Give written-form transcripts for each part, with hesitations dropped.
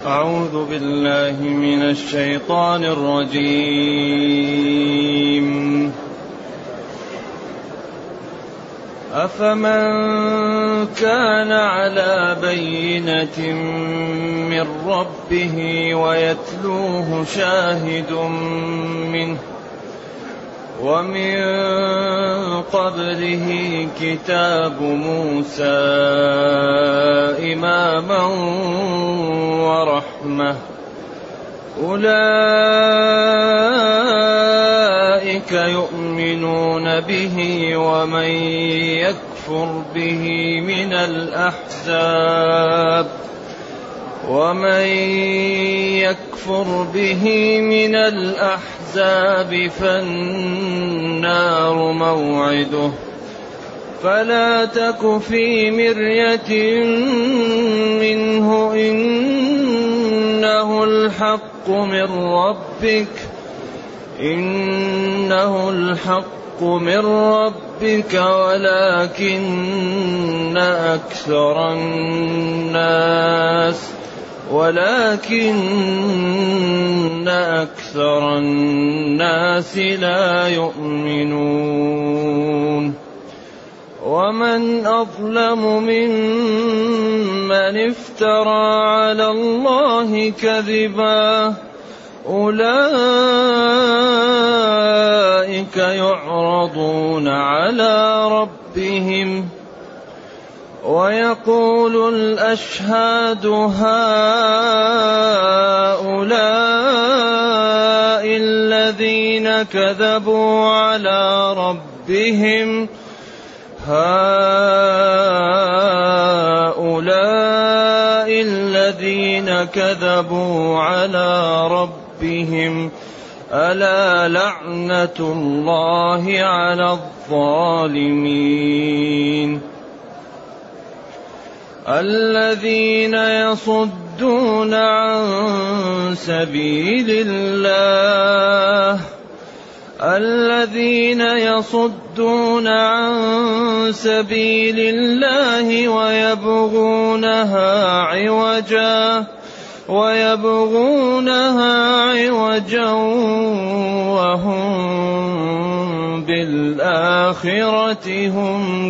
أعوذ بالله من الشيطان الرجيم. أفمن كان على بينة من ربه ويتلوه شاهد منه ومن قبله كتاب موسى إماما ورحمة أولئك يؤمنون به ومن يكفر به من الأحزاب فالنار موعده فلا تك في مرية منه إنه الحق من ربك ولكن أكثر الناس لا يؤمنون. ومن أظلم ممن افترى على الله كذبا أولئك يعرضون على ربهم ويقول الأشهاد هؤلاء الذين كذبوا على ربهم ألا لعنة الله على الظالمين. الذين يصدون عن سبيل الله ويبغونها عوجا وهم بالآخرة هم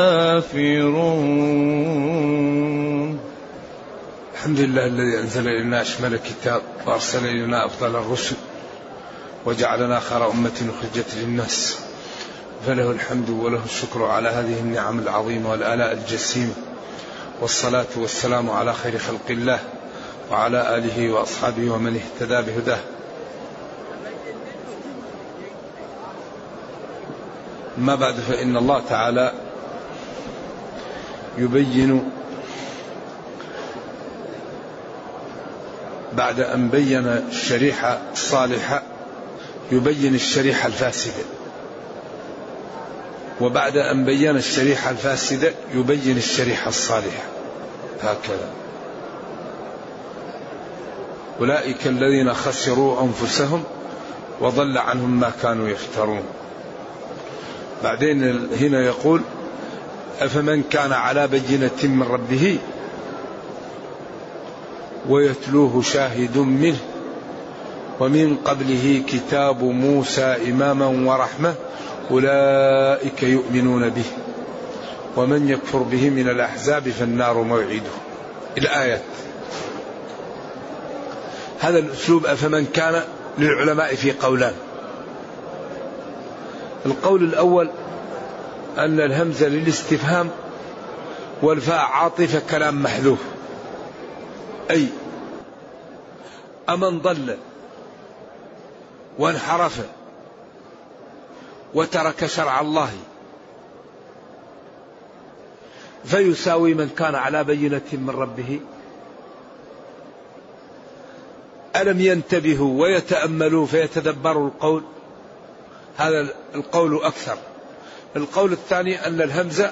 كافرون. الحمد لله الذي أنزل إلينا أشمل الكتاب وأرسل إلينا أفضل الرسل وجعلنا خير أمة أخرجت للناس، فله الحمد وله الشكر على هذه النعم العظيمة والآلاء الجسيمة، والصلاة والسلام على خير خلق الله وعلى آله وأصحابه ومن اهتدى بهداه. ما بعد، فإن الله تعالى يبين بعد أن بين الشريحة الصالحة يبين الشريحة الفاسدة، وبعد أن بين الشريحة الفاسدة يبين الشريحة الصالحة، هكذا. أولئك الذين خسروا أنفسهم وضل عنهم ما كانوا يفترون. بعدين هنا يقول أفمن كان على بينة من ربه ويتلوه شاهد منه ومن قبله كتاب موسى إماما ورحمة أولئك يؤمنون به ومن يكفر به من الأحزاب فالنار موعده. الآيات. هذا الأسلوب أفمن كان للعلماء في قولان. القول الأول أن الهمزة للاستفهام والفاء عاطفة كلام محذوف، أي أمن ضل وانحرف وترك شرع الله فيساوي من كان على بينة من ربه؟ ألم ينتبهوا ويتأملوا فيتدبروا القول؟ هذا القول أكثر. القول الثاني أن الهمزة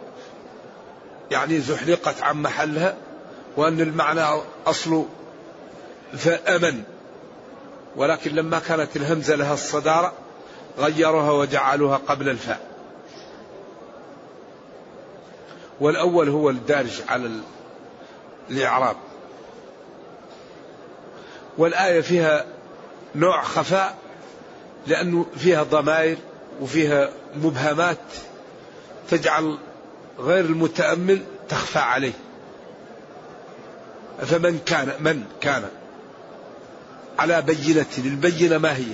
يعني زحلقت عن محلها، وأن المعنى أصل فأمن، ولكن لما كانت الهمزة لها الصدارة غيروها وجعلوها قبل الفاء. والأول هو الدارج على الإعراب. والآية فيها نوع خفاء لأنه فيها ضمائر وفيها مبهمات تجعل غير المتأمل تخفى عليه. فمن كان على بينة، البينة ما هي؟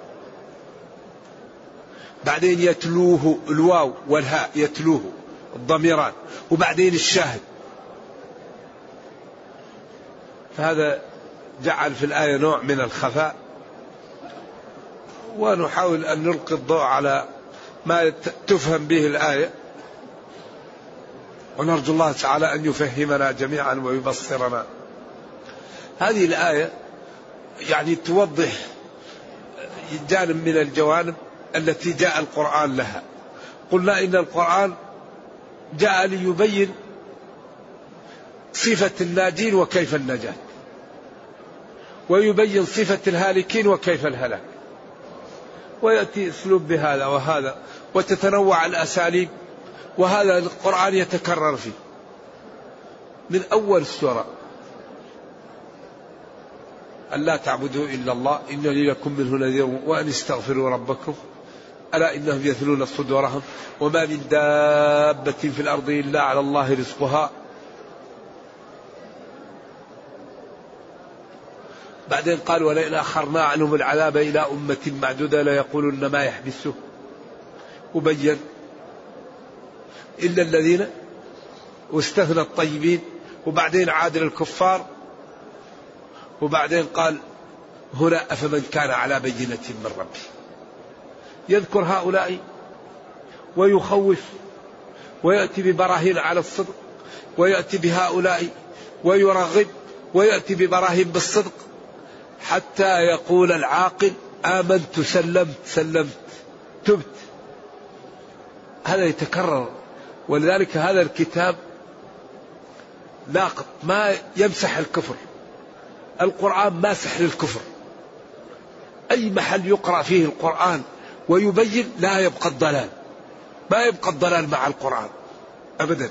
بعدين يتلوه، الواو والهاء يتلوه الضميران، وبعدين الشاهد. فهذا جعل في الآية نوع من الخفاء، ونحاول أن نلقي الضوء على ما تفهم به الآية، ونرجو الله تعالى أن يفهمنا جميعا ويبصرنا. هذه الآية يعني توضح جانب من الجوانب التي جاء القرآن لها. قلنا إن القرآن جاء ليبين صفة الناجين وكيف النجاة، ويبين صفة الهالكين وكيف الهلاك، ويأتي أسلوب بهذا وهذا، وتتنوع الأساليب، وهذا القرآن يتكرر فيه من أول السورة: ألا تعبدوا إلا الله إنني لكم منه نذير وأن استغفروا ربكم ألا إنهم يثنون صدورهم وما من دابة في الأرض إلا على الله رزقها. بعدين قال: ولئن أخرنا عنهم العذاب إلى أمة معدودة ليقولن ما يحبسه. وبين إلا الذين، واستثنى الطيبين، وبعدين عاد للكفار، وبعدين قال هنا: أفمن كان على بينة من ربه. يذكر هؤلاء ويخوف ويأتي ببراهين على الصدق، ويأتي بهؤلاء ويرغب ويأتي ببراهين بالصدق، حتى يقول العاقل: آمنت، سلمت، تبت. هذا يتكرر، ولذلك هذا الكتاب ناقض، ما يمسح الكفر. القرآن ماسح للكفر. أي محل يقرأ فيه القرآن ويبين لا يبقى الضلال، ما يبقى الضلال مع القرآن أبدا.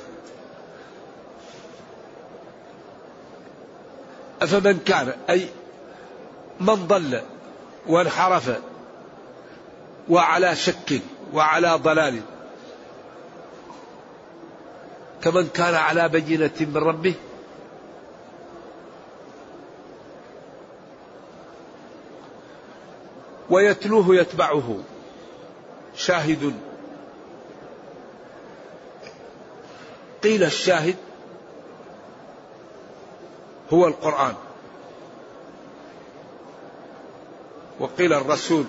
أفمن كان، أي من ضل وانحرف وعلى شك وعلى ضلال، كمن كان على بينة من ربه. ويتلوه يتبعه شاهد. قيل الشاهد هو القرآن، وقيل الرسول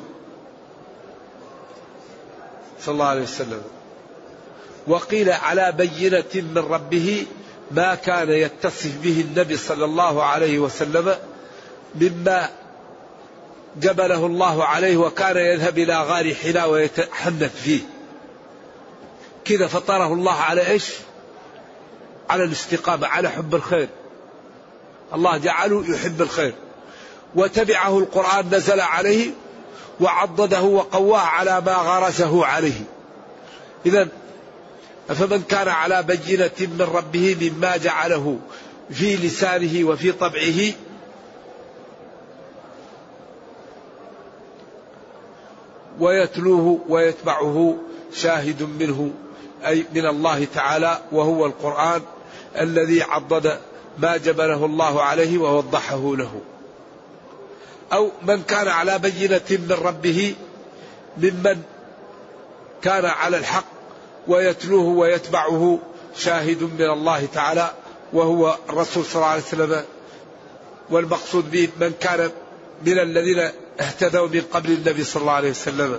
صلى الله عليه وسلم، وقيل على بينة من ربه ما كان يتصف به النبي صلى الله عليه وسلم مما جبله الله عليه، وكان يذهب إلى غار حراء ويتحنث فيه. كذا فطره الله على إيش؟ على الاستقامة، على حب الخير. الله جعله يحب الخير، وتبعه القرآن نزل عليه وعضده وقواه على ما غرسه عليه. إذن فمن كان على بينة من ربه مما جعله في لسانه وفي طبعه، ويتلوه ويتبعه شاهد منه، أي من الله تعالى، وهو القرآن الذي عضد ما جبله الله عليه ووضحه له. أو من كان على بينة من ربه ممن كان على الحق ويتلوه ويتبعه شاهد من الله تعالى، وهو الرسول صلى الله عليه وسلم. والمقصود به من كان من الذين اهتدوا من قبل النبي صلى الله عليه وسلم.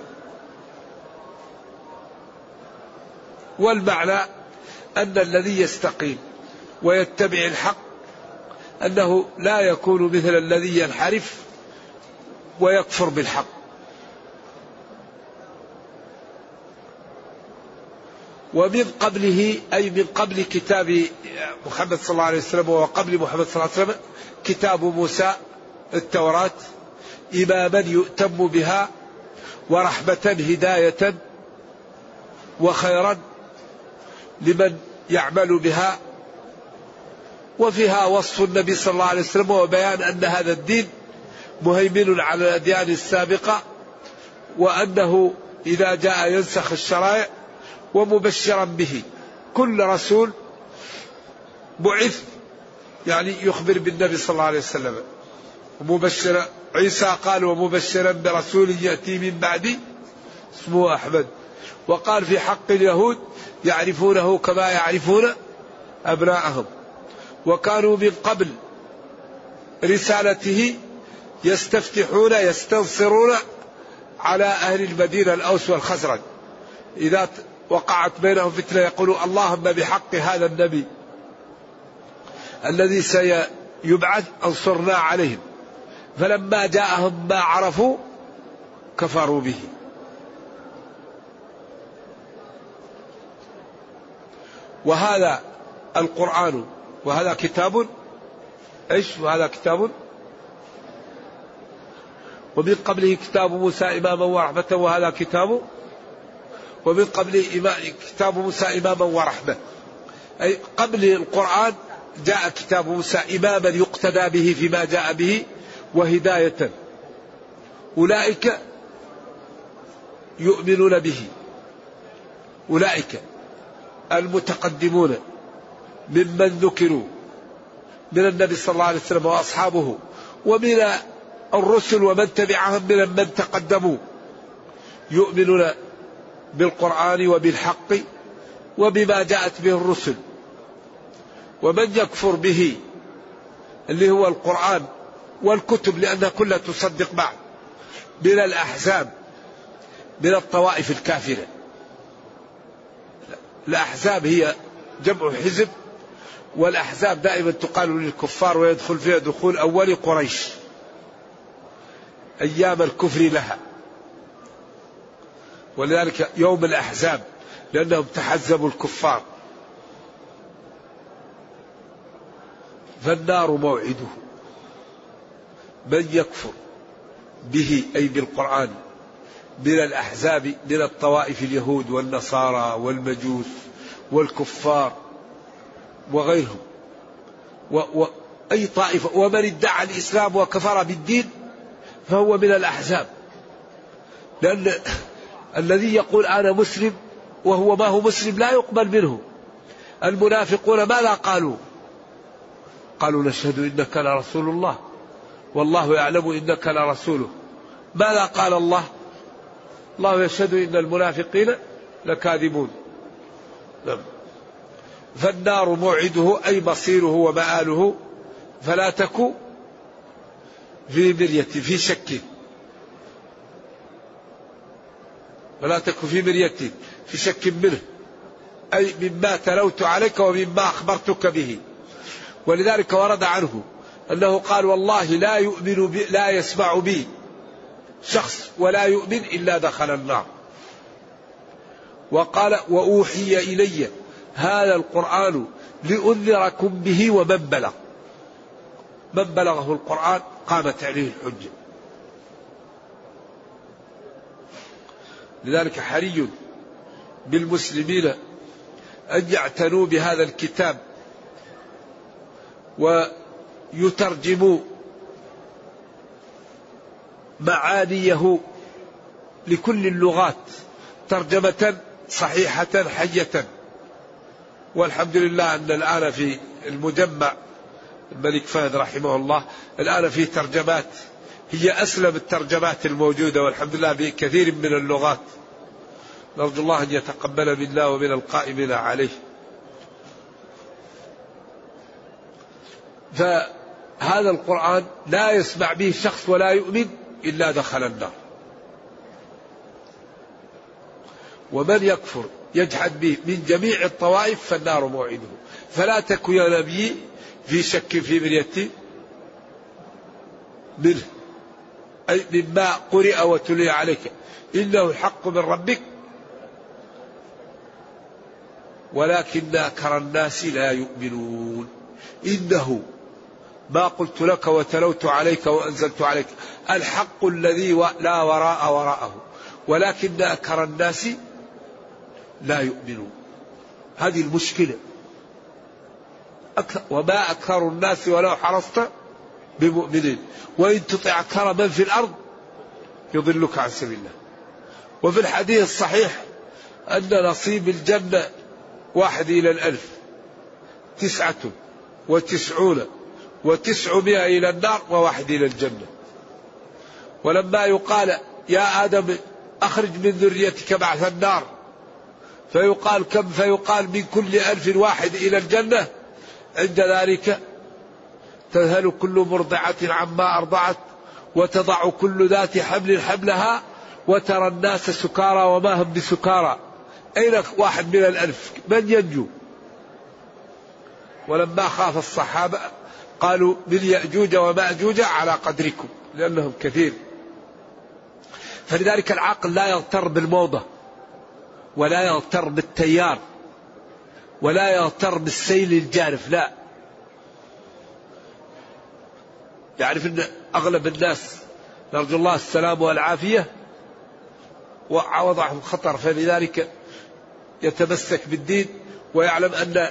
والمعنى أن الذي يستقيم ويتبع الحق أنه لا يكون مثل الذي ينحرف ويكفر بالحق. ومن قبله، أي من قبل كتاب محمد صلى الله عليه وسلم وقبل محمد صلى الله عليه وسلم، كتاب موسى التوراة، إماما يؤتم بها ورحمة هداية وخيرا لمن يعمل بها، وفيها وصف النبي صلى الله عليه وسلم وبيان أن هذا الدين مهيمن على الأديان السابقة، وأنه إذا جاء ينسخ الشرائع، ومبشرا به. كل رسول بعث يعني يخبر بالنبي صلى الله عليه وسلم. مبشرا عيسى قال ومبشرا برسول يأتي من بعدي اسمه أحمد. وقال في حق اليهود يعرفونه كما يعرفون أبناءهم. وكانوا من قبل رسالته يستفتحون يستنصرون على أهل المدينة الأوس والخزرج، إذا وقعت بينهم فتنة يقولوا اللهم بحق هذا النبي الذي سيبعث انصرنا عليهم. فلما جاءهم ما عرفوا كفروا به. وهذا القرآن وهذا كتاب ايش؟ وهذا كتاب ومن قبله كتاب موسى إماما ورحمة وهذا كتاب ومن قبله كتاب موسى إماما ورحمة. أي قبل القرآن جاء كتاب موسى إماما يقتدى به فيما جاء به وهداية. أولئك يؤمنون به، أولئك المتقدمون ممن ذكروا من النبي صلى الله عليه وسلم وأصحابه ومن الرسل ومن تبعهم من تقدموا، يؤمنون بالقرآن وبالحق وبما جاءت به الرسل. ومن يكفر به اللي هو القرآن والكتب لأنها كلها تصدق بعض من الأحزاب من الطوائف الكافرة. الأحزاب هي جمع حزب، والأحزاب دائما تقال للكفار ويدخل فيها دخول أول قريش أيام الكفر لها، ولذلك يوم الأحزاب لأنهم تحزبوا الكفار. فالنار موعده من يكفر به أي بالقرآن من الأحزاب من الطوائف اليهود والنصارى والمجوس والكفار وغيرهم أي طائفة. ومن ادعى الإسلام وكفر بالدين فهو من الأحزاب، لأن الذي يقول أنا مسلم وهو ما هو مسلم لا يقبل منه. المنافقون ماذا قالوا؟ قالوا نشهد إنك لرسول الله والله يعلم إنك لرسوله. ماذا قال الله؟ الله يشهد إن المنافقين لكاذبون. فالنار موعده أي مصيره ومآله، فلا تك في مرية في شك، فلا تك في مرية في شك منه، أي مما تلوت عليك ومما أخبرتك به. ولذلك ورد عنه أنه قال والله لا يؤمن بي لا يسمع بي شخص ولا يؤمن إلا دخل النار. وقال وأوحي إلي هذا القرآن لأنذركم به ومن بلغ. من بلغه القرآن قامت عليه الحجة. لذلك حري بالمسلمين أن يعتنوا بهذا الكتاب ويترجموا معانيه لكل اللغات ترجمة صحيحة حية. والحمد لله أن الآن في المجمع الملك فهد رحمه الله الآن في ترجمات هي أسلم الترجمات الموجودة والحمد لله بكثير من اللغات. نرجو الله أن يتقبل منا ومن القائمين عليه. فهذا القرآن لا يسمع به شخص ولا يؤمن إلا دخل النار. ومن يكفر يجحد به من جميع الطوائف فالنار موعده. فلا تك يا نبي في شك في مرية منه أي مما قرئ وتلي عليك إنه الحق من ربك ولكن أكثر الناس لا يؤمنون. إنه ما قلت لك وتلوت عليك وأنزلت عليك الحق الذي لا وراء وراءه ولكن أكثر الناس لا يؤمنون. هذه المشكلة. وما أكثر الناس ولو حرصت بمؤمنين وإن تطع أكثر من في الأرض يضلك عن سبيل الله. وفي الحديث الصحيح أن نصيب الجنة 1/1000، 99 و900 إلى النار و1 إلى الجنة. ولما يقال يا آدم أخرج من ذريتك بعث النار فيقال كم؟ فيقال من كل 1000 واحد إلى الجنة. عند ذلك تذهل كل مرضعة عما أرضعت وتضع كل ذات حمل حملها وترى الناس سكارى وما هم بسكارى. أين 1 من 1000 من ينجو؟ ولما خاف الصحابة قالوا من يأجوج ومأجوج على قدركم لأنهم كثير. فلذلك العقل لا يغتر بالموضة ولا يغتر بالتيار ولا يغتر بالسيل الجارف، لا. يعرف أن أغلب الناس نرجو الله السلام والعافية وعوضهم خطر، فلذلك يتمسك بالدين ويعلم أن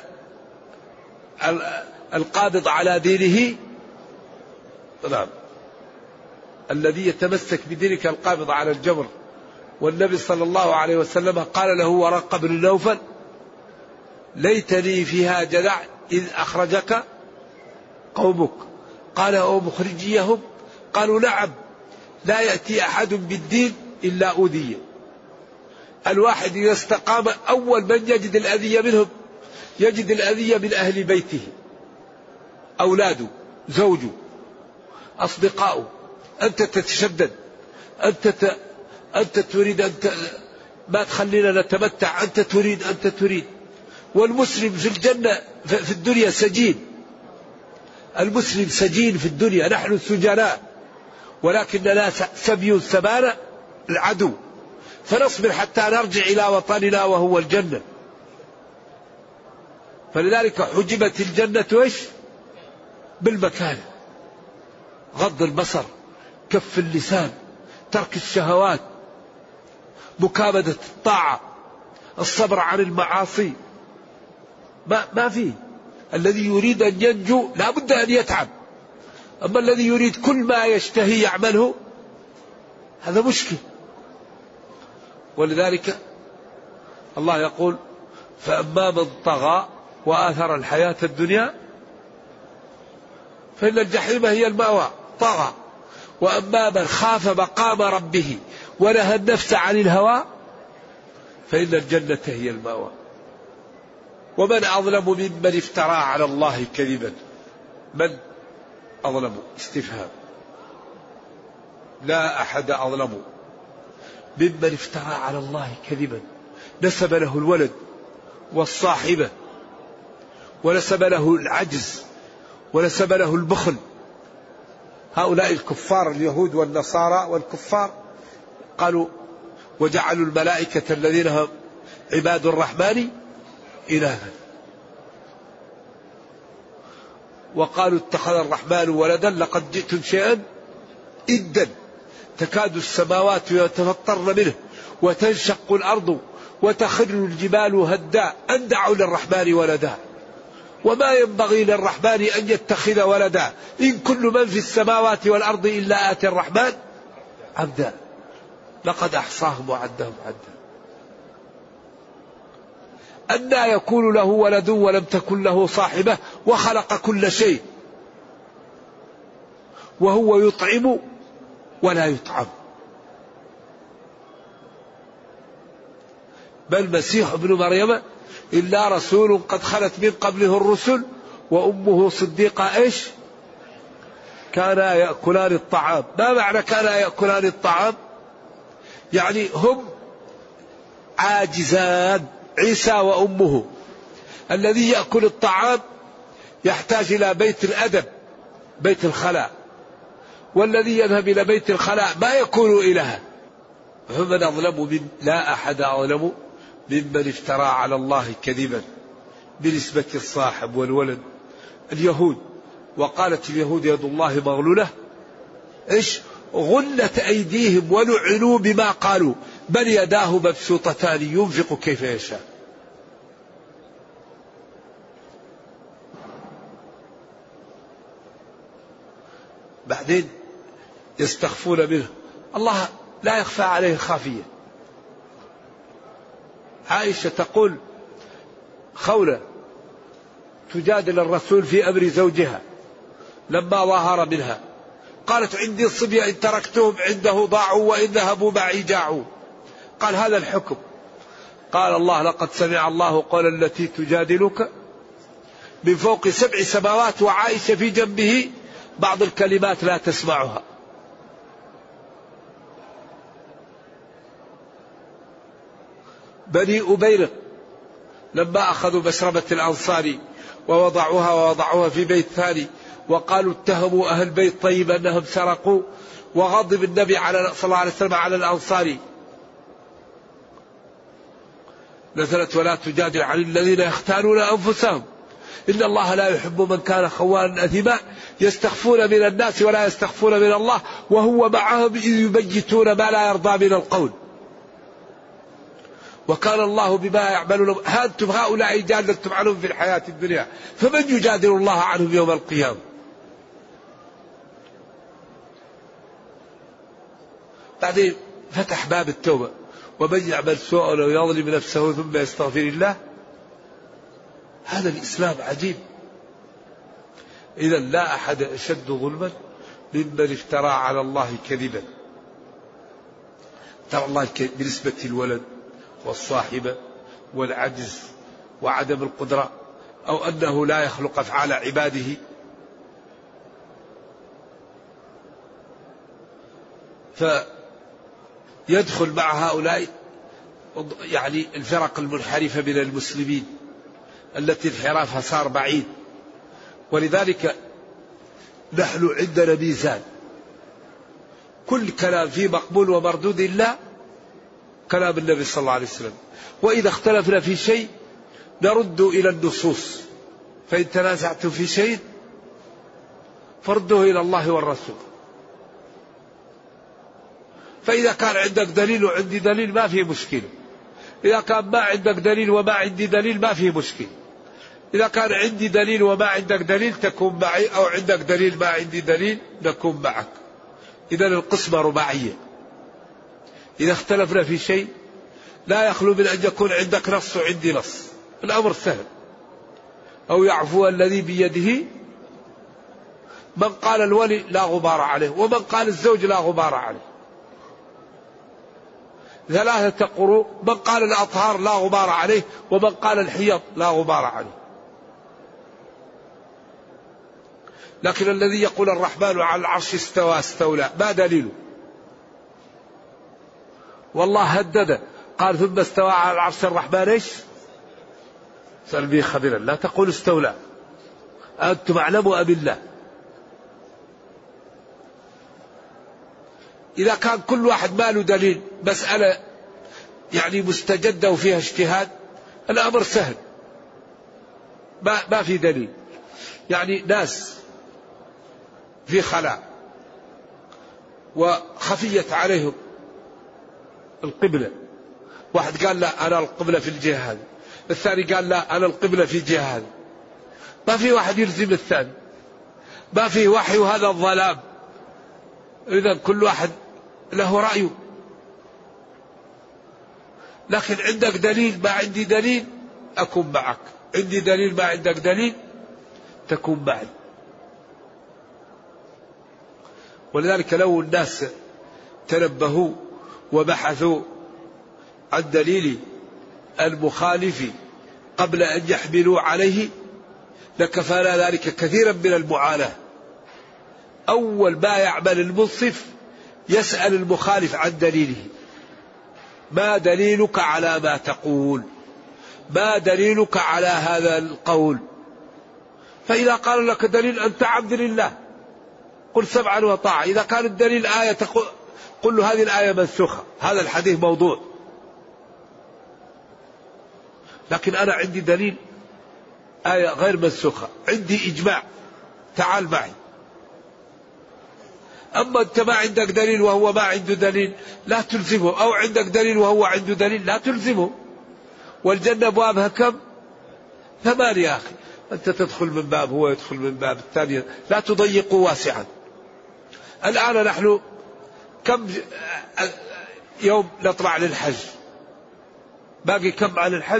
القابض على دينه، نعم، الذي يتمسك بدينك القابض على الجمر. والنبي صلى الله عليه وسلم قال له ورقة بن نوفل ليتني فيها جدع إذ أخرجك قومك. قال أو مخرجيهم؟ قالوا نعم، لا يأتي أحد بالدين إلا أوذي. الواحد إذا استقام أول من يجد الأذية منهم يجد الأذية من أهل بيته، أولاده، زوجه، أصدقائه. أنت تتشدد، أنت تريد أن ما تخلينا نتمتع، أنت تريد. والمسلم في الجنة في الدنيا سجين، المسلم سجين في الدنيا، نحن سجناء ولكننا سبي سبانا العدو، فنصبر حتى نرجع إلى وطننا وهو الجنة. فلذلك حجبت الجنة إيش؟ بالمكان، غض البصر، كف اللسان، ترك الشهوات، مكابدة الطاعة، الصبر عن المعاصي. ما فيه. الذي يريد أن ينجو لا بد أن يتعب، أما الذي يريد كل ما يشتهي يعمله هذا مشكل. ولذلك الله يقول فأما من طغى وآثر الحياة الدنيا فإن الجحيم هي المأوى، طغى. وأما من خاف مقام ربه ونهى النفس عن الهوى فإن الجنة هي المأوى. ومن أظلم ممن افترى على الله كذبا. من أظلم؟ استفهام. لا أحد أظلم ممن افترى على الله كذبا، نسب له الولد والصاحبة ونسب له العجز ونسب له البخل. هؤلاء الكفار اليهود والنصارى والكفار قالوا وجعلوا الملائكة الذين هم عباد الرحمن إلها، وقالوا اتخذ الرحمن ولدا لقد جئتم شيئا إدا تكاد السماوات يتفطرن منه وتنشق الأرض وتخر الجبال هدا أن دعوا للرحمن ولدا وما ينبغي للرحمن أن يتخذ ولدا إن كل من في السماوات والأرض إلا آتي الرحمن عبدا لقد أحصاهم وعدهم عدا. أنى يكون له ولد ولم تكن له صاحبة وخلق كل شيء وهو يطعم ولا يطعم. بل المسيح ابن مريم إلا رسول قد خلت من قبله الرسل وأمه صديقة إيش؟ كانا يأكلان الطعام. ما معنى كانا يأكلان الطعام؟ يعني هم عاجزان، عيسى وأمه. الذي يأكل الطعام يحتاج إلى بيت الأدب، بيت الخلاء، والذي يذهب إلى بيت الخلاء ما يكون إلها. فمن أظلم لا أحد أظلم ممن افترى على الله كذبا بنسبة الصاحب والولد. اليهود وقالت اليهود يد الله مغلولة إيش؟ غلت أيديهم ولعنوا بما قالوا بل يداه مبسوطتان ينفق كيف يشاء. بعدين يستخفون منه. الله لا يخفى عليه خافية. عائشة تقول خولة تجادل الرسول في أمر زوجها لما ظهر منها، قالت عندي صبية إن تركتهم عنده ضاعوا وإن ذهبوا معي جاعوا. قال هذا الحكم. قال الله لقد سمع الله قول التي تجادلك من فوق 7 سماوات وعائشة في جنبه بعض الكلمات لا تسمعها. بني أبيرق لما أخذوا مشربة الأنصار ووضعوها في بيت ثاني وقالوا اتهموا أهل بيت طيب أنهم سرقوا، وغضب النبي صلى الله عليه وسلم على الأنصار، نزلت ولا تجادل عن الذين يختارون أنفسهم إن الله لا يحب من كان خوانا أثيما يستخفون من الناس ولا يستخفون من الله وهو معهم إذ يبيتون ما لا يرضى من القول وكان الله بما يعملون. أنتم هؤلاء جادلتم عنهم في الحياة الدنيا فمن يجادل الله عنهم يوم القيامة. بعدين فتح باب التوبة ومن يعمل سوءا أو يظلم نفسه ثم يستغفر الله. هذا الإسلام عجيب. إذا لا أحد أشد ظلما ممن افترى على الله كذبا. ترى الله بالنسبة للولد والصاحبة والعجز وعدم القدرة أو أنه لا يخلق أفعال عباده، فيدخل مع هؤلاء يعني الفرق المنحرفة من المسلمين التي انحرافها صار بعيد. ولذلك نحن عندنا ميزان، كل كلام فيه مقبول ومردود إلا كلام النبي صلى الله عليه وسلم. وإذا اختلفنا في شيء نرد إلى النصوص، فإن تنازعتم في شيء فردوه إلى الله والرسول. فإذا كان عندك دليل وعندي دليل ما فيه مشكلة. إذا كان ما عندك دليل وما عندي دليل ما فيه مشكلة. إذا كان عندي دليل وما عندك دليل تكون معي، أو عندك دليل ما عندي دليل نكون معك. إذا القسمة رباعية. إذا اختلفنا في شيء لا يخلو من أن يكون عندك نص وعندي نص، الأمر سهل. أو يعفو الذي بيده، من قال الولي لا غبار عليه ومن قال الزوج لا غبار عليه. 3 قروء، من قال الأطهار لا غبار عليه ومن قال الحيض لا غبار عليه. لكن الذي يقول الرحمن على العرش استوى استولى ما دليله؟ والله هدد قال ثم استوى على العرش الرحمن ايش؟ سأل به خبيرا. لا تقول استولى، أنتم أعلموا أم الله. إذا كان كل واحد ما له دليل، مسألة يعني مستجدة وفيها اجتهاد، الأمر سهل ما في دليل. يعني ناس في خلاء وخفيت عليهم القبلة، واحد قال لا أنا القبلة في الجهة هذه، الثاني قال لا أنا القبلة في الجهة هذه، ما في واحد يلزم الثاني، ما في وحي وهذا الظلام. إذا كل واحد له رأيه. لكن عندك دليل ما عندي دليل أكون معك، عندي دليل ما عندك دليل تكون معي. ولذلك لو الناس تنبهوا وبحثوا عن دليل المخالف قبل أن يحملوا عليه لكفانا ذلك كثيرا من المعاناة. أول ما يعمل المنصف يسأل المخالف عن دليله، ما دليلك على ما تقول؟ ما دليلك على هذا القول؟ فإذا قال لك دليل أنت عبد لله قل سمعا وطاعة. إذا كان الدليل آية قل له هذه الآية منسوخة، هذا الحديث موضوع. لكن أنا عندي دليل آية غير منسوخة، عندي إجماع، تعال معي. أما أنت ما عندك دليل وهو ما عنده دليل لا تلزمه، أو عندك دليل وهو عنده دليل لا تلزمه. والجنة أبوابها كم؟ 8 يا أخي. أنت تدخل من باب هو يدخل من باب الثاني، لا تضيقوا واسعا. الآن نحن كم يوم نطلع للحج؟ باقي كم على الحج؟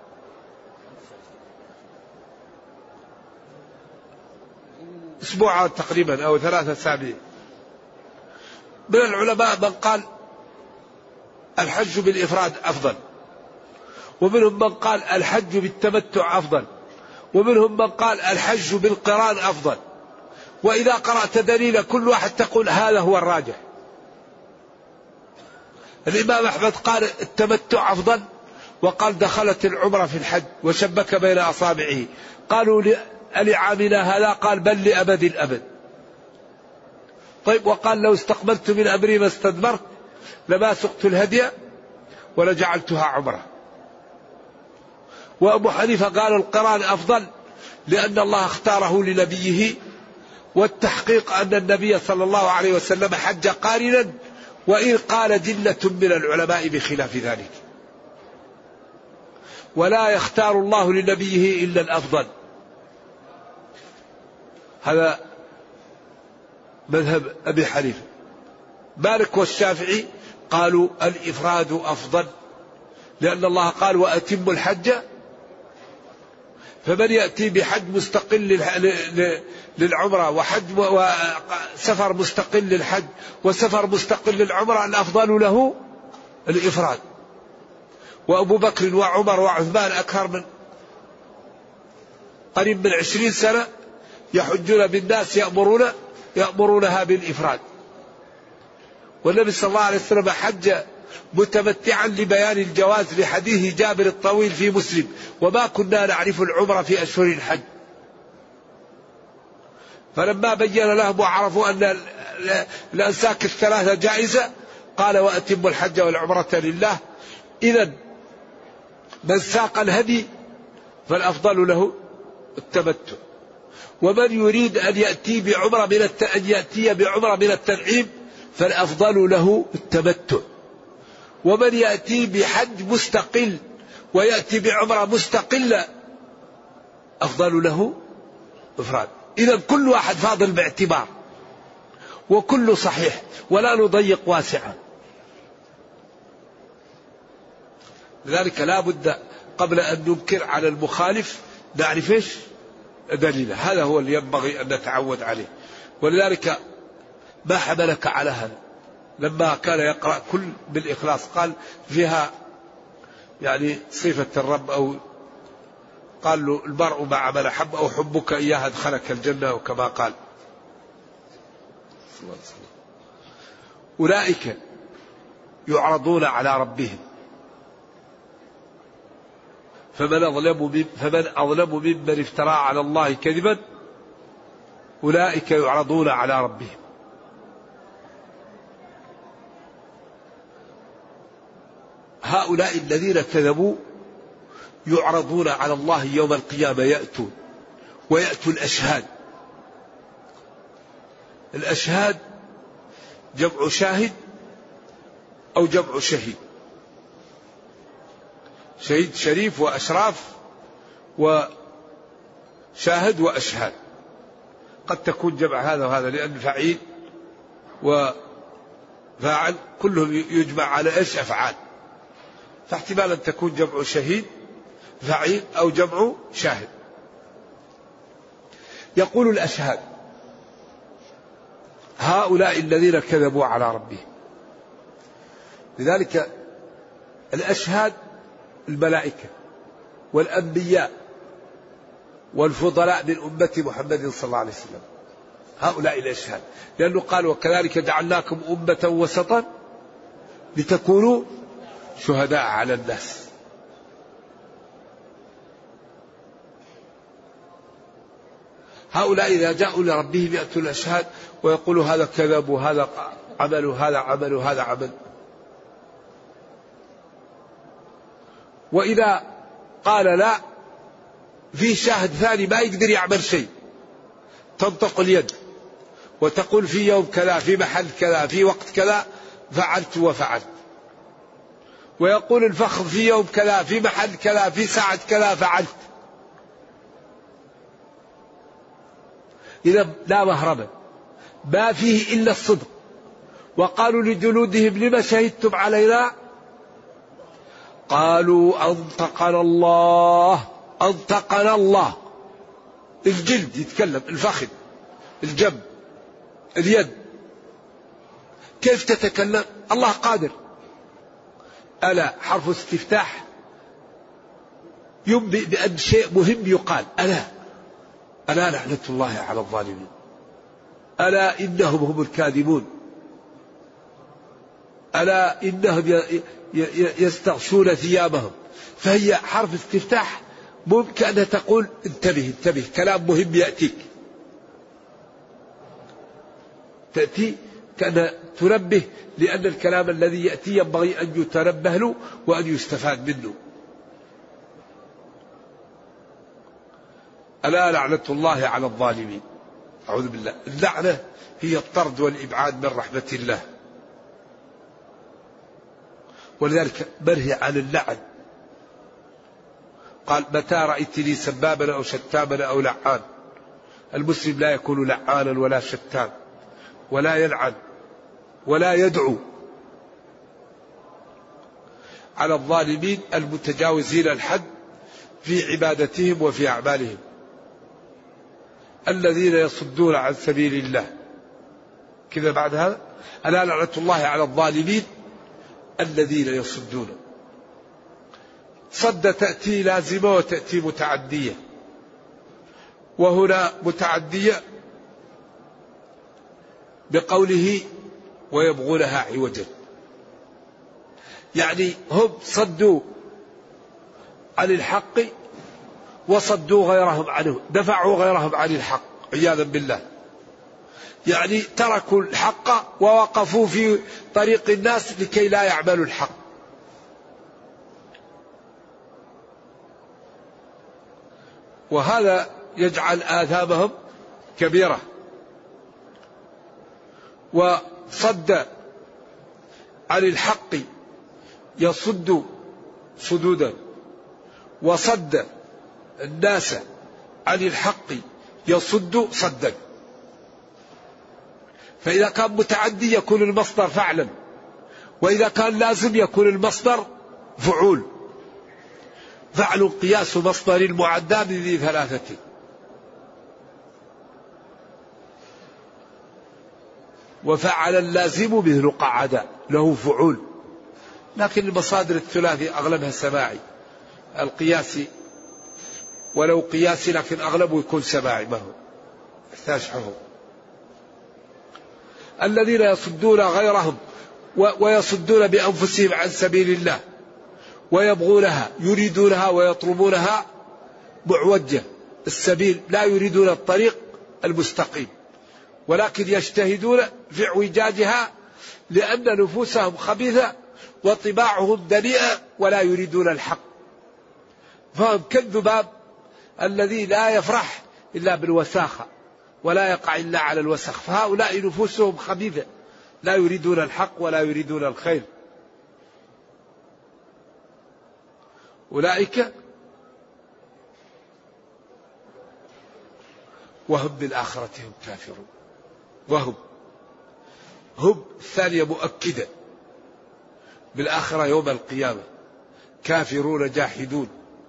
أسبوع تقريبا أو 3 أسابيع. من العلماء من قال الحج بالإفراد أفضل، ومنهم من قال الحج بالتمتع أفضل، ومنهم من قال الحج بالقران أفضل. وإذا قرأت دليل كل واحد تقول هذا هو الراجح. الإمام أحمد قال التمتع أفضل، وقال دخلت العمرة في الحج وشبك بين أصابعه. قالوا لعامنا هذا؟ قال بل لأبد الأبد. طيب وقال لو استقبلت من أمري ما استدبرت لما سقت الهدي ولجعلتها عمرة. وأبو حنيفة قال القران أفضل لأن الله اختاره لنبيه، والتحقيق أن النبي صلى الله عليه وسلم حج قارنا، وإن قال جلة من العلماء بخلاف ذلك. ولا يختار الله لنبيه إلا الأفضل. هذا مذهب أبي حنيفة. مالك والشافعي قالوا الإفراد أفضل، لأن الله قال وأتم الحج. فمن يأتي بحج مستقل للعمرة وحج وسفر مستقل للحج وسفر مستقل للعمرة، الأفضل له الإفراد. وأبو بكر وعمر وعثمان أكثر من قريب من 20 سنة يحجون بالناس يأمرونها بالإفراد. والنبي صلى الله عليه وسلم حج متمتعا لبيان الجواز لحديث جابر الطويل في مسلم: وما كنا نعرف العمرة في أشهر الحج. فلما بين لهم وعرفوا أن الأنساك الثلاثة جائزة قال وأتموا الحج والعمرة لله. إذن من ساق الهدي فالأفضل له التمتع، ومن يريد أن يأتي بعمرة من التنعيم فالأفضل له التمتع، ومن يأتي بحج مستقل ويأتي بعمرة مستقلة أفضل له إفراد. إذا كل واحد فاضل باعتبار، وكل صحيح، ولا نضيق واسعا. لذلك لا بد قبل أن ننكر على المخالف نعرف إيش دليله. هذا هو اللي ينبغي أن نتعود عليه. ولذلك ما حملك على هذا؟ لما كان يقرأ كل بالإخلاص قال فيها يعني صفة الرب، أو قال له المرء مع من أحب أو حبك إياه أدخلك الجنة، وكما قال أولئك يعرضون على ربهم فمن أظلم ممن افترى على الله كذبا أولئك يعرضون على ربهم. هؤلاء الذين كذبوا يعرضون على الله يوم القيامة، ويأتوا الأشهاد. الأشهاد جمع شاهد أو جمع شهيد. شهيد شريف وأشراف، وشاهد وأشهاد. قد تكون جمع هذا وهذا لأن فعيل وفاعل كلهم يجمع على إيش أفعال، فاحتمال أن تكون جمع شهيد فعيل أو جمع شاهد. يقول الأشهاد هؤلاء الذين كذبوا على ربهم. لذلك الأشهاد الملائكة والأنبياء والفضلاء من أمة محمد صلى الله عليه وسلم، هؤلاء الأشهاد. لأنه قال وكذلك جعلناكم أمة وسطا لتكونوا شهداء على الناس. هؤلاء إذا جاءوا لربهم يأتوا الأشهاد ويقولوا هذا كذب وهذا عمل وهذا عمل وهذا عمل. وإذا قال لا، في شاهد ثاني ما يقدر يعمل شيء، تنطق اليد وتقول في يوم كذا في محل كذا في وقت كذا فعلت وفعلت، ويقول الفخذ في يوم كذا في محل كذا في ساعة كذا فعلت. إذا لا مهرب، ما فيه إلا الصدق. وقالوا لجلودهم لما شهدتم علينا؟ قالوا أنطقنا الله. أنطقنا الله. الجلد يتكلم، الفخذ، الجنب، اليد، كيف تتكلم؟ الله قادر. ألا حرف استفتاح ينبئ بأن شيء مهم يقال. ألا لعنة الله على الظالمين. ألا إنهم هم الكاذبون. ألا إنهم يستغشون ثيابهم. فهي حرف استفتاح ممكن أن تقول انتبه كلام مهم يأتيك. تأتي كأن تنبه، لأن الكلام الذي يأتي ينبغي أن يتنبه له وأن يستفاد منه. ألا لعنة الله على الظالمين. أعوذ بالله. اللعنة هي الطرد والإبعاد من رحمة الله، ولذلك منهي عن اللعن. قال متى رأيتني سبابا أو شتاما أو لعان. المسلم لا يكون لعانا ولا شتان ولا يلعن ولا يدعو على الظالمين المتجاوزين الحد في عبادتهم وفي أعمالهم، الذين يصدون عن سبيل الله. كذا بعد هذا ألا لعنة الله على الظالمين الذين يصدون. صد تأتي لازمة وتأتي متعدية، وهنا متعدية بقوله ويبغونها عوجا، يعني هم صدوا عن الحق وصدوا غيرهم عنه، دفعوا غيرهم عن الحق عياذا بالله. يعني تركوا الحق ووقفوا في طريق الناس لكي لا يعملوا الحق. وهذا يجعل آثامهم كبيرة. وصد عن الحق يصد صدودا، وصد الناس عن الحق يصد صدا. فإذا كان متعدي يكون المصدر فعلا، وإذا كان لازم يكون المصدر فعول. فعل قياس مصدر المعدى بذي ثلاثة. وفعل اللازم مثل قعد له فعول. لكن المصادر الثلاثي أغلبها سماعي، القياسي ولو قياسي لكن أغلبه يكون سماعي، ما هو يحتاج حفظ. الذين يصدون غيرهم ويصدون بأنفسهم عن سبيل الله ويبغونها، يريدونها ويطلبونها معوجة السبيل، لا يريدون الطريق المستقيم، ولكن يجتهدون في اعوجاجها لأن نفوسهم خبيثة وطباعهم دنيئة ولا يريدون الحق. فهم كالذباب الذي لا يفرح إلا بالوساخة ولا يقع إلا على الوسخ. فهؤلاء نفوسهم خبيثة لا يريدون الحق ولا يريدون الخير. أولئك وهم بالآخرة هم كافرون. هم الثانية مؤكدة بالآخرة يوم القيامة، كافرون جاحدون.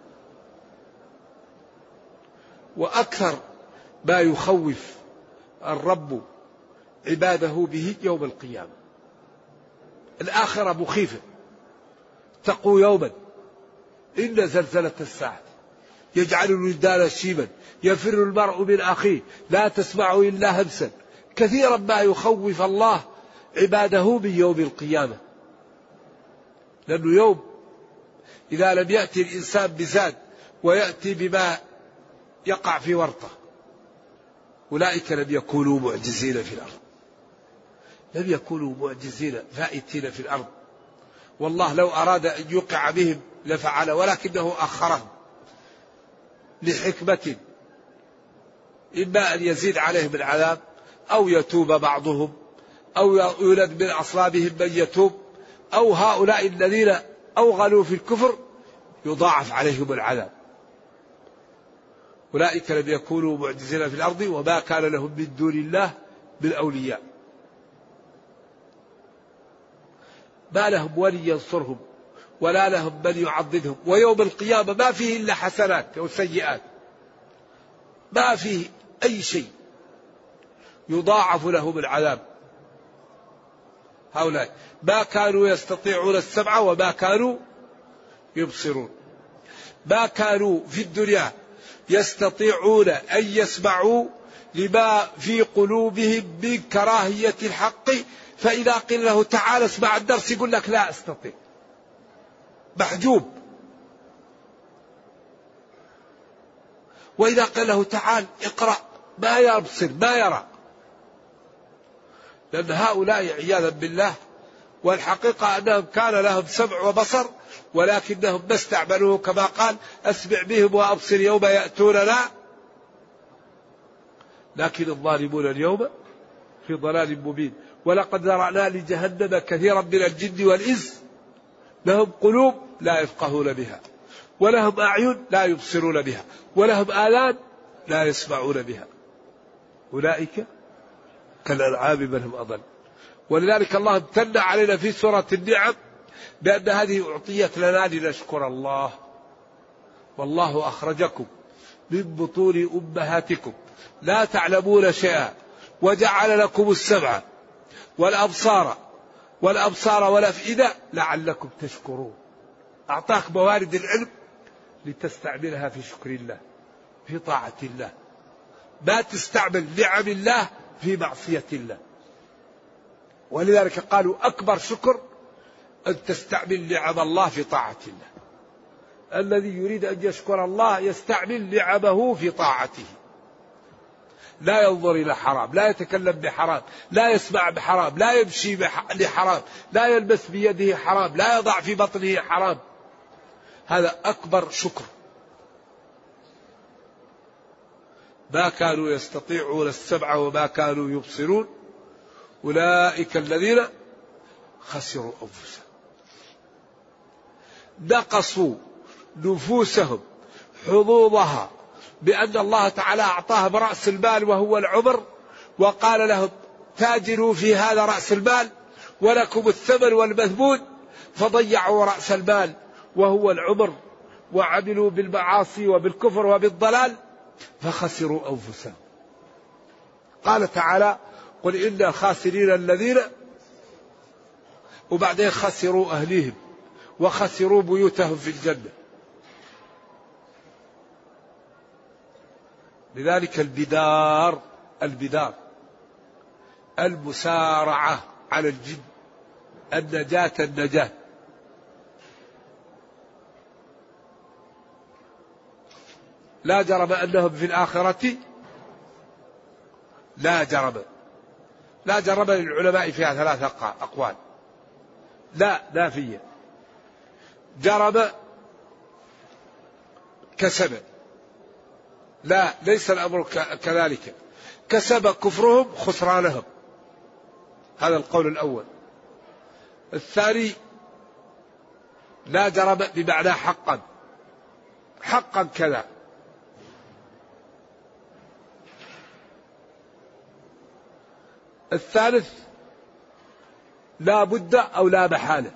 وأكثر ما يخوف الرب عباده به يوم القيامة. الآخرة مخيفة، اتقوا يوما إن زلزلة الساعة يجعل الولدان شيبا يفر المرء من أخيه لا تسمع إلا همسا. كثيرا ما يخوف الله عباده من يوم القيامة، لأنه يوم إذا لم يأتي الإنسان بزاد ويأتي بما يقع في ورطة. أولئك لم يكونوا معجزين في الأرض، لم يكونوا معجزين فائتين في الأرض. والله لو أراد أن يوقع بهم لفعل، ولكنه أخرهم لحكمة، إما أن يزيد عليهم العذاب أو يتوب بعضهم أو يولد من أصلابهم من يتوب، أو هؤلاء الذين أوغلوا في الكفر يضاعف عليهم العذاب. أولئك لم يكونوا معجزين في الأرض وما كان لهم من دون الله بالأولياء، ما لهم ولي ينصرهم ولا لهم من يعضدهم، ويوم القيامة ما فيه إلا حسنات وسيئات، ما فيه أي شيء، يضاعف لهم العذاب. هؤلاء ما كانوا يستطيعون السمع وما كانوا يبصرون، ما كانوا في الدنيا يستطيعون أن يسمعوا لما في قلوبهم من كراهية الحق، فإذا قيل له تعال اسمع الدرس يقول لك لا أستطيع، محجوب. وإذا قيل له تعال اقرأ ما يبصر ما يرى، لأن هؤلاء عياذا بالله والحقيقة أنهم كان لهم سمع وبصر ولكنهم ما استعملوه، كما قال أسمع بهم وأبصر يوم يأتوننا، لكن الظالمون اليوم في ضلال مبين. ولقد ذرأنا لجهنم كثيرا من الجن والإنس لهم قلوب لا يفقهون بها، ولهم أعين لا يبصرون بها، ولهم آذان لا يسمعون بها، أولئك كالأنعام بل هم أضل. ولذلك الله امتن علينا في سورة النعم بأن هذه أعطيت لنا لنشكر الله. والله أخرجكم من بطون أمهاتكم لا تعلمون شيئا وجعل لكم السمع والأبصار والأفئدة لعلكم تشكرون. أعطاك موارد العلم لتستعملها في شكر الله في طاعة الله، ما تستعمل نعم الله في معصية الله. ولذلك قالوا أكبر شكر أن تستعمل نعم الله في طاعة الله. الذي يريد أن يشكر الله يستعمل نعمه في طاعته، لا ينظر إلى حرام، لا يتكلم بحرام، لا يسمع بحرام، لا يمشي لحرام، لا يلبس بيده حرام، لا يضع في بطنه حرام. هذا أكبر شكر. ما كانوا يستطيعون السمع وما كانوا يبصرون أولئك الذين خسروا أنفسهم، نقصوا نفوسهم حظوظها بأن الله تعالى أعطاها برأس المال وهو العمر، وقال لهم تاجروا في هذا رأس المال ولكم الثمن والمثمون، فضيعوا رأس المال وهو العمر وعملوا بالمعاصي وبالكفر وبالضلال فخسروا أنفسهم. قال تعالى قل إن الخاسرين الذين، وبعدين خسروا أهليهم وخسروا بيوتهم في الجنة. لذلك البدار المسارعة على الجن، النجاة لا جرم أنهم في الآخرة لا جرم للعلماء فيها 3 أقوال. لا نافية، جرم كسب، لا ليس الأمر كذلك، كسب كفرهم خسرانهم، هذا القول الأول. الثاني لا جرم بمعنى حقا كذا. الثالث لا بد أو لا محالة.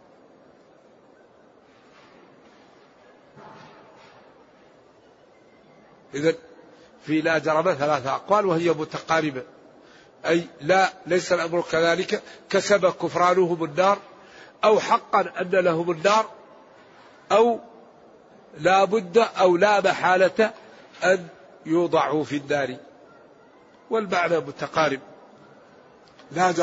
إذن في لا جرم 3 أقوال وهي متقاربة، أي لا ليس الأمر كذلك، كسب كفرانهم النار، أو حقا أن لهم النار، أو لا بد أو لا محالة أن يوضعوا في النار، والمعنى متقارب. لا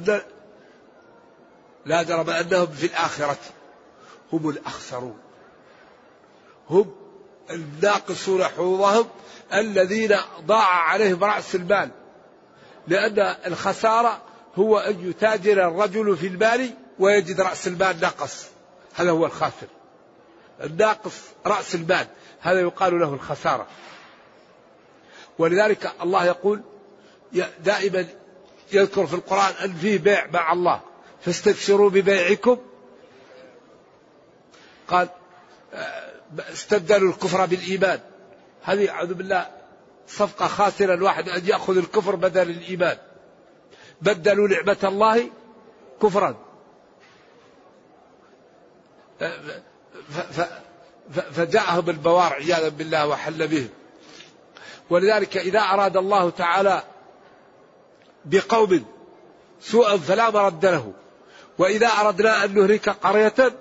جرم أنهم في الآخرة هم الأخسرون، هم الناقصون حظوظهم الذين ضاع عليهم رأس المال، لأن الخسارة هو أن يتاجر الرجل في المال ويجد رأس المال نقص، هذا هو الخاسر. الناقص رأس المال هذا يقال له الخسارة. ولذلك الله يقول دائما يذكر في القرآن أن فيه بيع مع الله، فاستبشروا ببيعكم. قال استبدلوا الكفر بالإيمان، هذه أعوذ بالله صفقة خاسرة، الواحد أن يأخذ الكفر بدل الإيمان، بدلوا نعمة الله كفرا فجاءهم البوار عياذا بالله وحل بهم. ولذلك إذا أراد الله تعالى بقوم سوءا فلا مرد له، وإذا أردنا أن نهلك قرية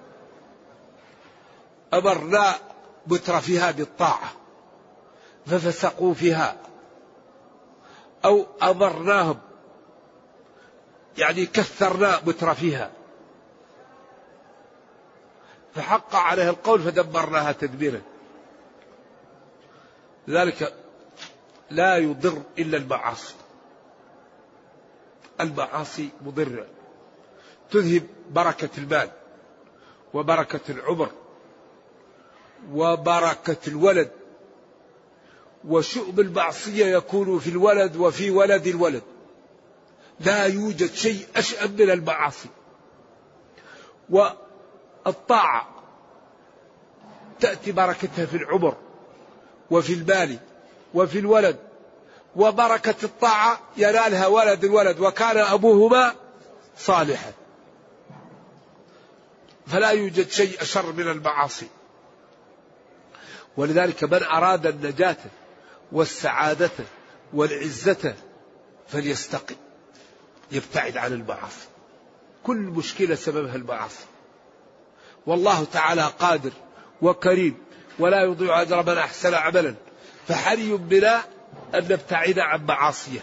أمرنا مترفيها بالطاعة ففسقوا فيها، أو أمرناهم يعني كثرنا مترفيها فحق عليها القول فدمرناها تدميرا. لذلك لا يضر إلا المعاصي. المعاصي مضرة، تذهب بركة المال وبركة العمر وبركة الولد، وشؤم المعصية يكون في الولد وفي ولد الولد. لا يوجد شيء أشأم من المعاصي. والطاعة تأتي بركتها في العمر وفي المال وفي الولد، وبركة الطاعة ينالها ولد الولد وكان أبوهما صالحا. فلا يوجد شيء أشر من المعاصي. ولذلك من أراد النجاة والسعادة والعزة فليستقم، يبتعد عن المعاصي. كل مشكلة سببها المعاصي. والله تعالى قادر وكريم ولا يضيع أجر من أحسن عملا، فحري بنا أن نبتعد عن معاصيه.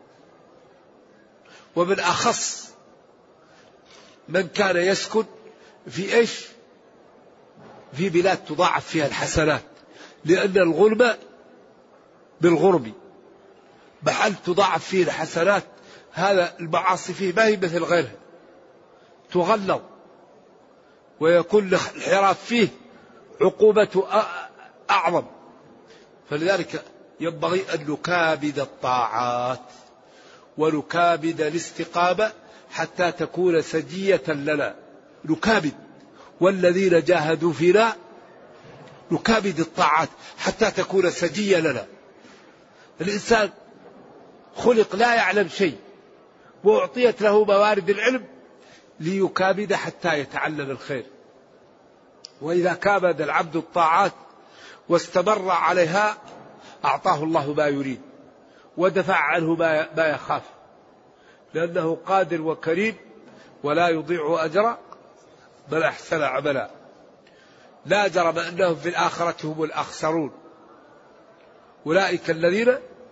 ومن أخص من كان يسكن في إيش؟ في بلاد تضاعف فيها الحسنات، لأن الغلم بالغرب محل تضاعف فيه الحسنات. هذا المعاصي فيه ما هي مثل غيرها، تغلظ ويكون الانحراف فيه عقوبة أعظم. فلذلك ينبغي أن نكابد الطاعات ونكابد الاستقامة حتى تكون سجية لنا. نكابد، والذين جاهدوا فينا نكابد الطاعات حتى تكون سجية لنا. الإنسان خلق لا يعلم شيء، وأعطيت له موارد العلم ليكابد حتى يتعلم الخير. وإذا كابد العبد الطاعات واستمر عليها أعطاه الله ما يريد ودفع عنه ما يخاف، لأنه قادر وكريم ولا يضيع أجر من أحسن عملا. لا جرم أنهم في الآخرة هم الأخسرون، أولئك الذين.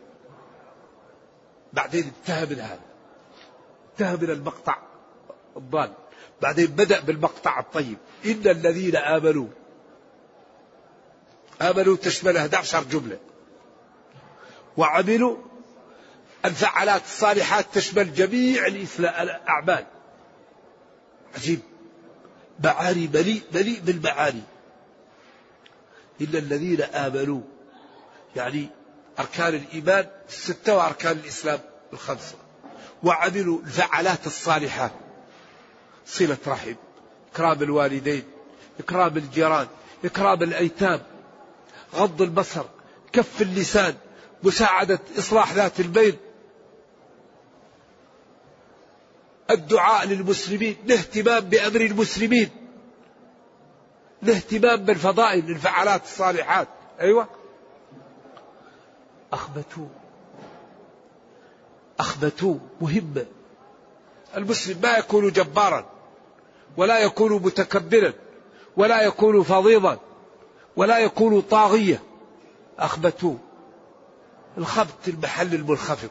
بعدين انتهى من هذا، انتهى من المقطع الضال، بعدين بدأ بالمقطع الطيب. إن الذين آمنوا تشمل 11 جملة، وعملوا الفعالات الصالحات تشمل جميع الأعمال. عجيب، معاني مليء بالمعاني. إن الذين آمنوا يعني أركان الإيمان 6 وأركان الإسلام 5، وعملوا الفعالات الصالحات، صلة رحم، إكرام الوالدين، إكرام الجيران، إكرام الأيتام، غض البصر، كف اللسان، مساعدة إصلاح ذات البين، الدعاء للمسلمين، الاهتمام بأمر المسلمين، الاهتمام بالفضائل، الفعالات الصالحات. أيوة، أخبتوا مهمة. المسلم ما يكون جبارا، ولا يكون متكبرا، ولا يكون فظيظا، ولا يكون طاغية. أخبتوا، الخبت المحل المنخفض،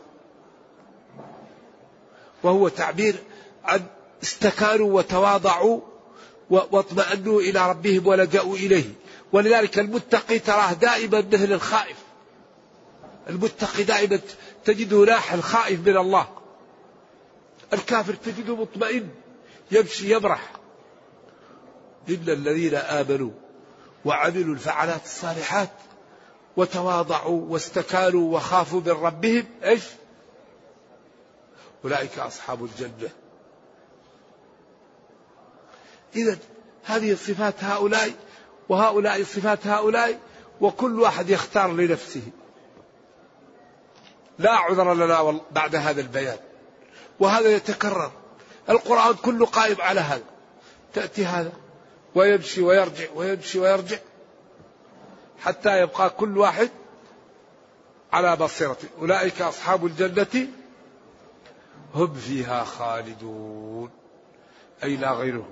وهو تعبير عن استكانوا وتواضعوا واطمأنوا إلى ربهم ولجأوا إليه. ولذلك المتقي تراه دائما مثل الخائف. المتقي دائما تجده ناح الخائف من الله. الكافر تجده مطمئن يمشي يبرح. إلا الذين آمنوا وعملوا الفعالات الصالحات وتواضعوا واستكانوا وخافوا من ربهم إيش؟ أولئك أصحاب الجنة. إذن هذه صفات هؤلاء وهؤلاء صفات هؤلاء، وكل واحد يختار لنفسه. لا عذر لنا بعد هذا البيان. وهذا يتكرر. القرآن كله قائم على هذا، تأتي هذا ويمشي ويرجع ويمشي ويرجع حتى يبقى كل واحد على بصيرته. أولئك أصحاب الجنة هم فيها خالدون، أي لا غيره.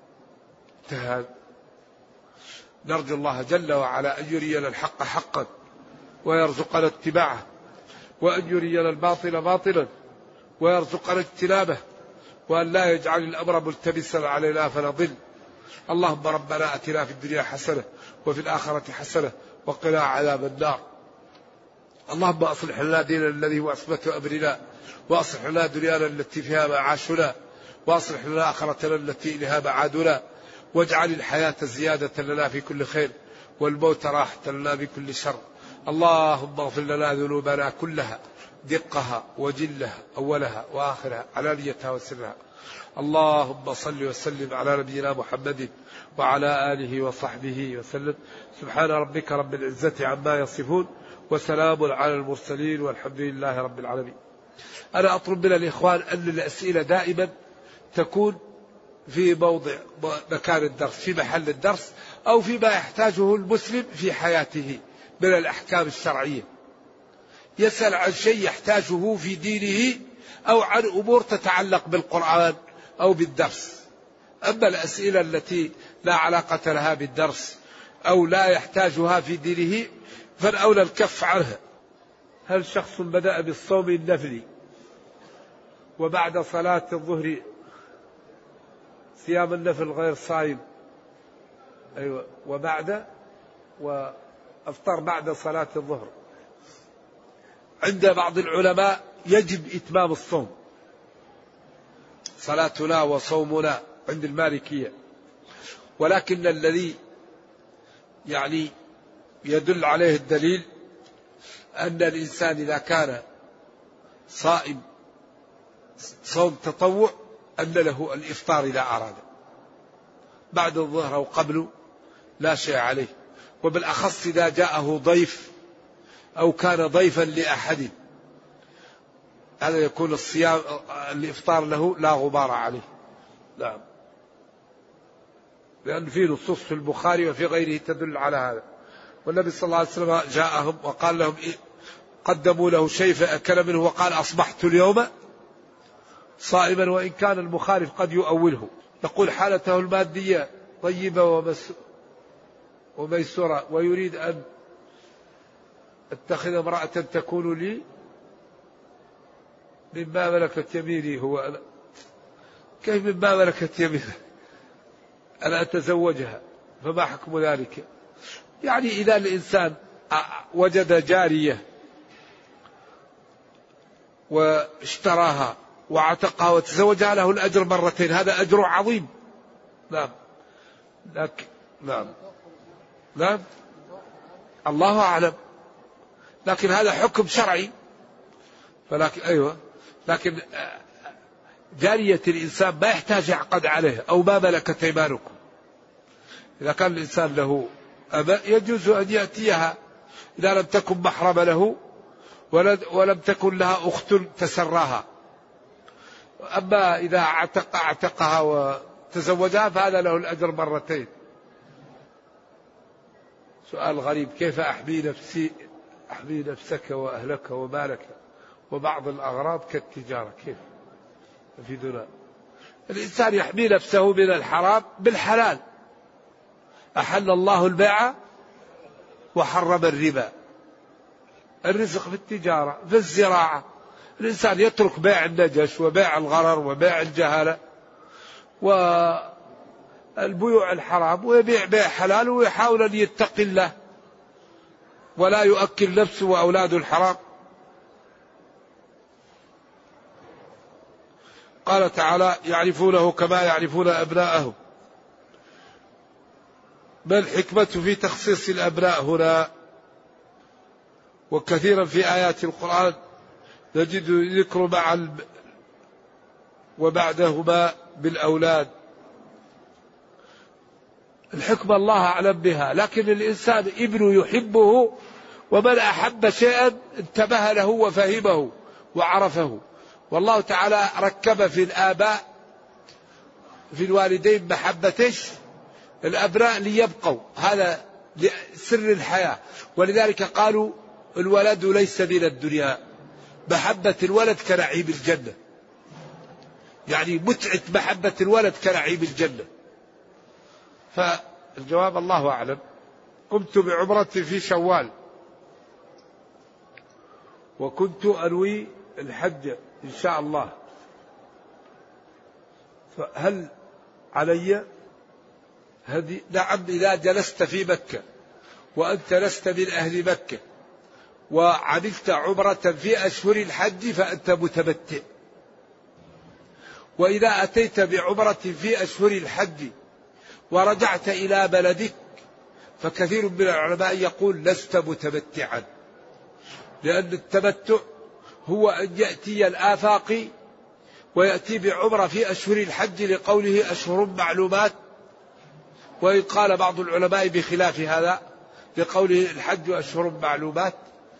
نرجو الله جل وعلا أن يرينا الحق حقا ويرزقنا اتباعه، وأن يرينا الباطل باطلا ويرزقنا اجتنابه، وأن لا يجعل الأمر ملتبسا علينا فنضل. اللهم ربنا أتنا في الدنيا حسنة وفي الآخرة حسنة وقنا عذاب النار. اللهم أصلح لنا ديننا الذي هو عصمة أمرنا، وأصلح لنا دنيانا التي فيها معاشنا، وأصلح لنا آخرتنا التي إليها معادنا، واجعل الحياة زيادة لنا في كل خير والموت راحة لنا بكل شر. اللهم اغفر لنا ذنوبنا كلها دقها وجلها أولها وآخرها علانيتها وسرها. اللهم صل وسلم على نبينا محمد وعلى آله وصحبه وسلم. سبحان ربك رب العزة عما يصفون وسلام على المرسلين والحمد لله رب العالمين. أنا أطلب من الإخوان أن الأسئلة دائما تكون في موضع مكان الدرس، في محل الدرس، أو فيما يحتاجه المسلم في حياته من الأحكام الشرعية. يسأل عن شيء يحتاجه في دينه أو عن أمور تتعلق بالقرآن أو بالدرس. أما الأسئلة التي لا علاقة لها بالدرس أو لا يحتاجها في دينه فالأولى الكف عنها. هل شخص بدأ بالصوم النفلي وبعد صلاة الظهر صيام النفل غير صائم، أيوة، وأفطر بعد صلاة الظهر، عند بعض العلماء يجب إتمام الصوم، صلاتنا وصومنا عند المالكية. ولكن الذي يدل عليه الدليل أن الإنسان إذا كان صائم صوم تطوع أن له الإفطار إذا أراد بعد الظهر أو قبله لا شيء عليه، وبالأخص إذا جاءه ضيف أو كان ضيفا لأحد، هذا يكون الصيام الإفطار له لا غبار عليه. نعم، لأن في نصوص في البخاري وفي غيره تدل على هذا. والنبي صلى الله عليه وسلم جاءهم وقال لهم قدموا له شيء فأكل منه وقال أصبحت اليوم صائما، وإن كان المخالف قد يؤوله، يقول حالته المادية طيبة وميسورة ويريد أن اتخذ امرأة تكون لي مما ملكت يميني. هو أنا كيف مما ملكت يميني أنا أتزوجها؟ فما حكم ذلك؟ إذا الإنسان وجد جارية واشتراها وعتقها وتزوجها له الأجر مرتين، هذا أجر عظيم. نعم، لكن نعم الله أعلم، لكن هذا حكم شرعي. لكن جارية الإنسان ما يحتاج يعقد عليه أو ما ملكت أيمانكم. إذا كان الإنسان له أبا يجوز أن يأتيها إذا لم تكن محرم له ولم تكن لها أخت تسراها. أما إذا اعتقها وتزوجها فهذا له الأجر مرتين. سؤال غريب، كيف أحمي نفسك وأهلك ومالك وبعض الأغراض كالتجارة؟ كيف أفيدنا؟ الإنسان يحمي نفسه من الحرام بالحلال. أحل الله البيع وحرم الربا. الرزق في التجارة، في الزراعة، الإنسان يترك بيع النجش وبيع الغرر وبيع الجهالة والبيوع الحرام ويبيع بيع حلال ويحاول أن يتقي الله ولا يؤكل نفسه وأولاده الحرام. قال تعالى يعرفونه كما يعرفون أبناءهم. ما الحكمة في تخصيص الأبناء هنا؟ وكثيرا في آيات القرآن نجد ذكر مع وبعدهما بالأولاد. الحكمة الله أعلم بها، لكن الإنسان ابنه يحبه، ومن أحب شيئا انتبه له وفهمه وعرفه، والله تعالى ركب في الآباء في الوالدين محبة الأبناء ليبقوا، هذا سر الحياة. ولذلك قالوا الولد ليس من الدنيا، محبة الولد كنعيم الجنة، يعني متعة محبة الولد كنعيم الجنة. فالجواب الله أعلم. قمت بعمرة في شوال وكنت أنوي الحج إن شاء الله، فهل علي هذه؟ نعم، إذا جلست في مكة وأنت لست من أهل مكة وعملت عمرة في أشهر الحج فأنت متمتع. وإذا أتيت بعمرة في أشهر الحج ورجعت إلى بلدك فكثير من العلماء يقول لست متمتعا، لأن التمتع هو أن يأتي الآفاقي ويأتي بعمرة في أشهر الحج لقوله أشهر معلومات، وإن قال بعض العلماء بخلاف هذا لقوله الحج أشهر معلومات،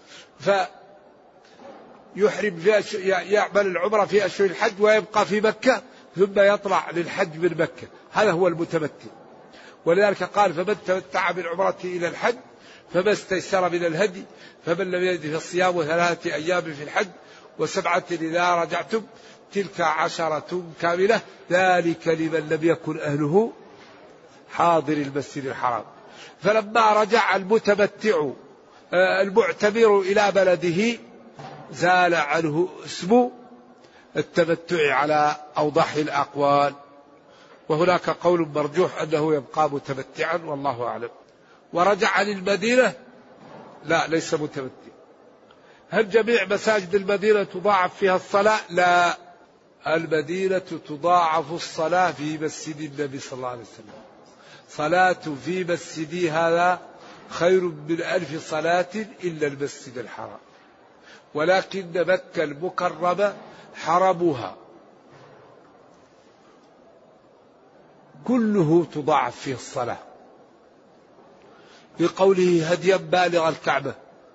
فيحرم يعمل العمرة في أشهر الحج ويبقى في مكة ثم يطلع للحج من مكة، هذا هو المتمتع. ولذلك قال فمن تمتع بالعمرة إلى الحج فما استيسر من الهدي فمن لم يجد فالصيام 3 أيام في الحج و7 إذا رجعتم تلك 10 كاملة ذلك لمن لم يكن أهله حاضر المسجد الحرام. فلما رجع المعتمر إلى بلده زال عنه اسم التمتع على أوضح الأقوال، وهناك قول مرجوح أنه يبقى متمتعا والله أعلم. ورجع للمدينة لا، ليس متمتع. هل جميع مساجد المدينة تضاعف فيها الصلاة؟ لا، المدينة تضاعف الصلاة في مسجد النبي صلى الله عليه وسلم. صلاة في مسجدي هذا خير من 1000 صلاة إلا المسجد الحرام، ولكن مكة المكرمة حرمها كله تضاعف فيه الصلاة، لقوله هديا بالغ الكعبة،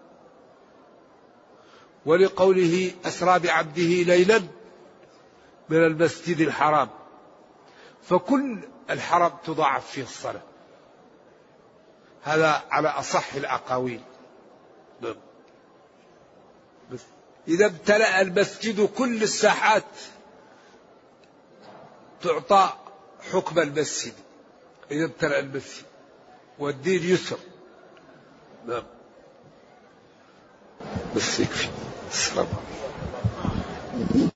ولقوله أسرى بعبده ليلا من المسجد الحرام، فكل الحرم تضاعف فيه الصلاة، هذا على أصح الأقاويل. إذا امتلأ المسجد كل الساحات تعطى حكم المسجد، إذا امتلأ المسجد، والدين يسر. نعم، بس يكفي. السلام عليكم.